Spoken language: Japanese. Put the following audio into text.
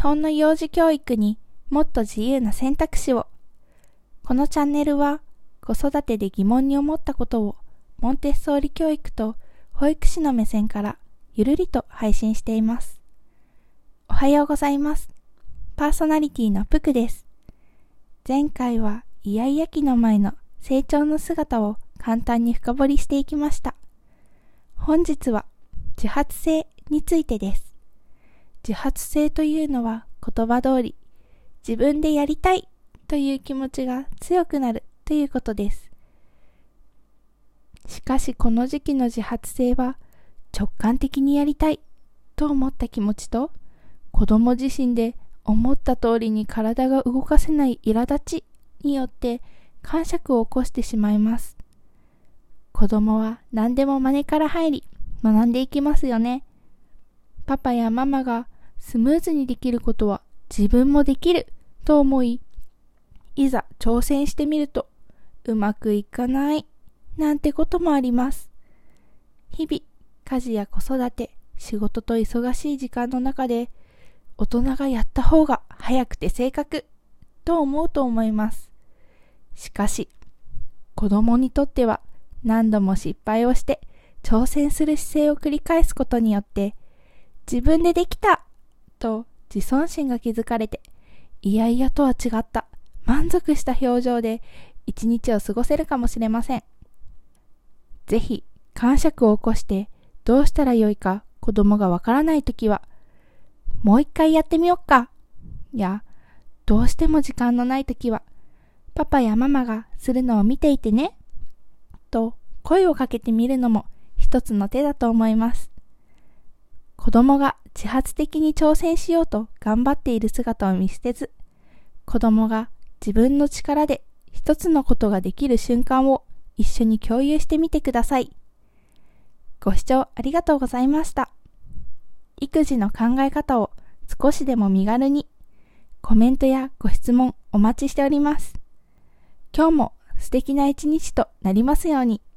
本の幼児教育にもっと自由な選択肢を。このチャンネルは子育てで疑問に思ったことをモンテッソーリ教育と保育士の目線からゆるりと配信しています。おはようございます。パーソナリティのプクです。前回はイヤイヤ期の前の成長の姿を簡単に深掘りしていきました。本日は自発性についてです。自発性というのは言葉通り自分でやりたいという気持ちが強くなるということです。しかしこの時期の自発性は直感的にやりたいと思った気持ちと子供自身で思った通りに体が動かせない苛立ちによって癇癪を起こしてしまいます。子供は何でも真似から入り学んでいきますよね。パパやママがスムーズにできることは自分もできると思い、いざ挑戦してみるとうまくいかないなんてこともあります。日々家事や子育て、仕事と忙しい時間の中で大人がやった方が早くて正確と思うと思います。しかし子供にとっては何度も失敗をして挑戦する姿勢を繰り返すことによって自分でできたと自尊心が築かれて、いやいやとは違った満足した表情で一日を過ごせるかもしれません。ぜひ癇癪を起こしてどうしたらよいか子供がわからないときは、もう一回やってみよっかや、どうしても時間のないときはパパやママがするのを見ていてねと声をかけてみるのも一つの手だと思います。子供が自発的に挑戦しようと頑張っている姿を見捨てず、子供が自分の力で一つのことができる瞬間を一緒に共有してみてください。ご視聴ありがとうございました。育児の考え方を少しでも身軽に、コメントやご質問お待ちしております。今日も素敵な一日となりますように。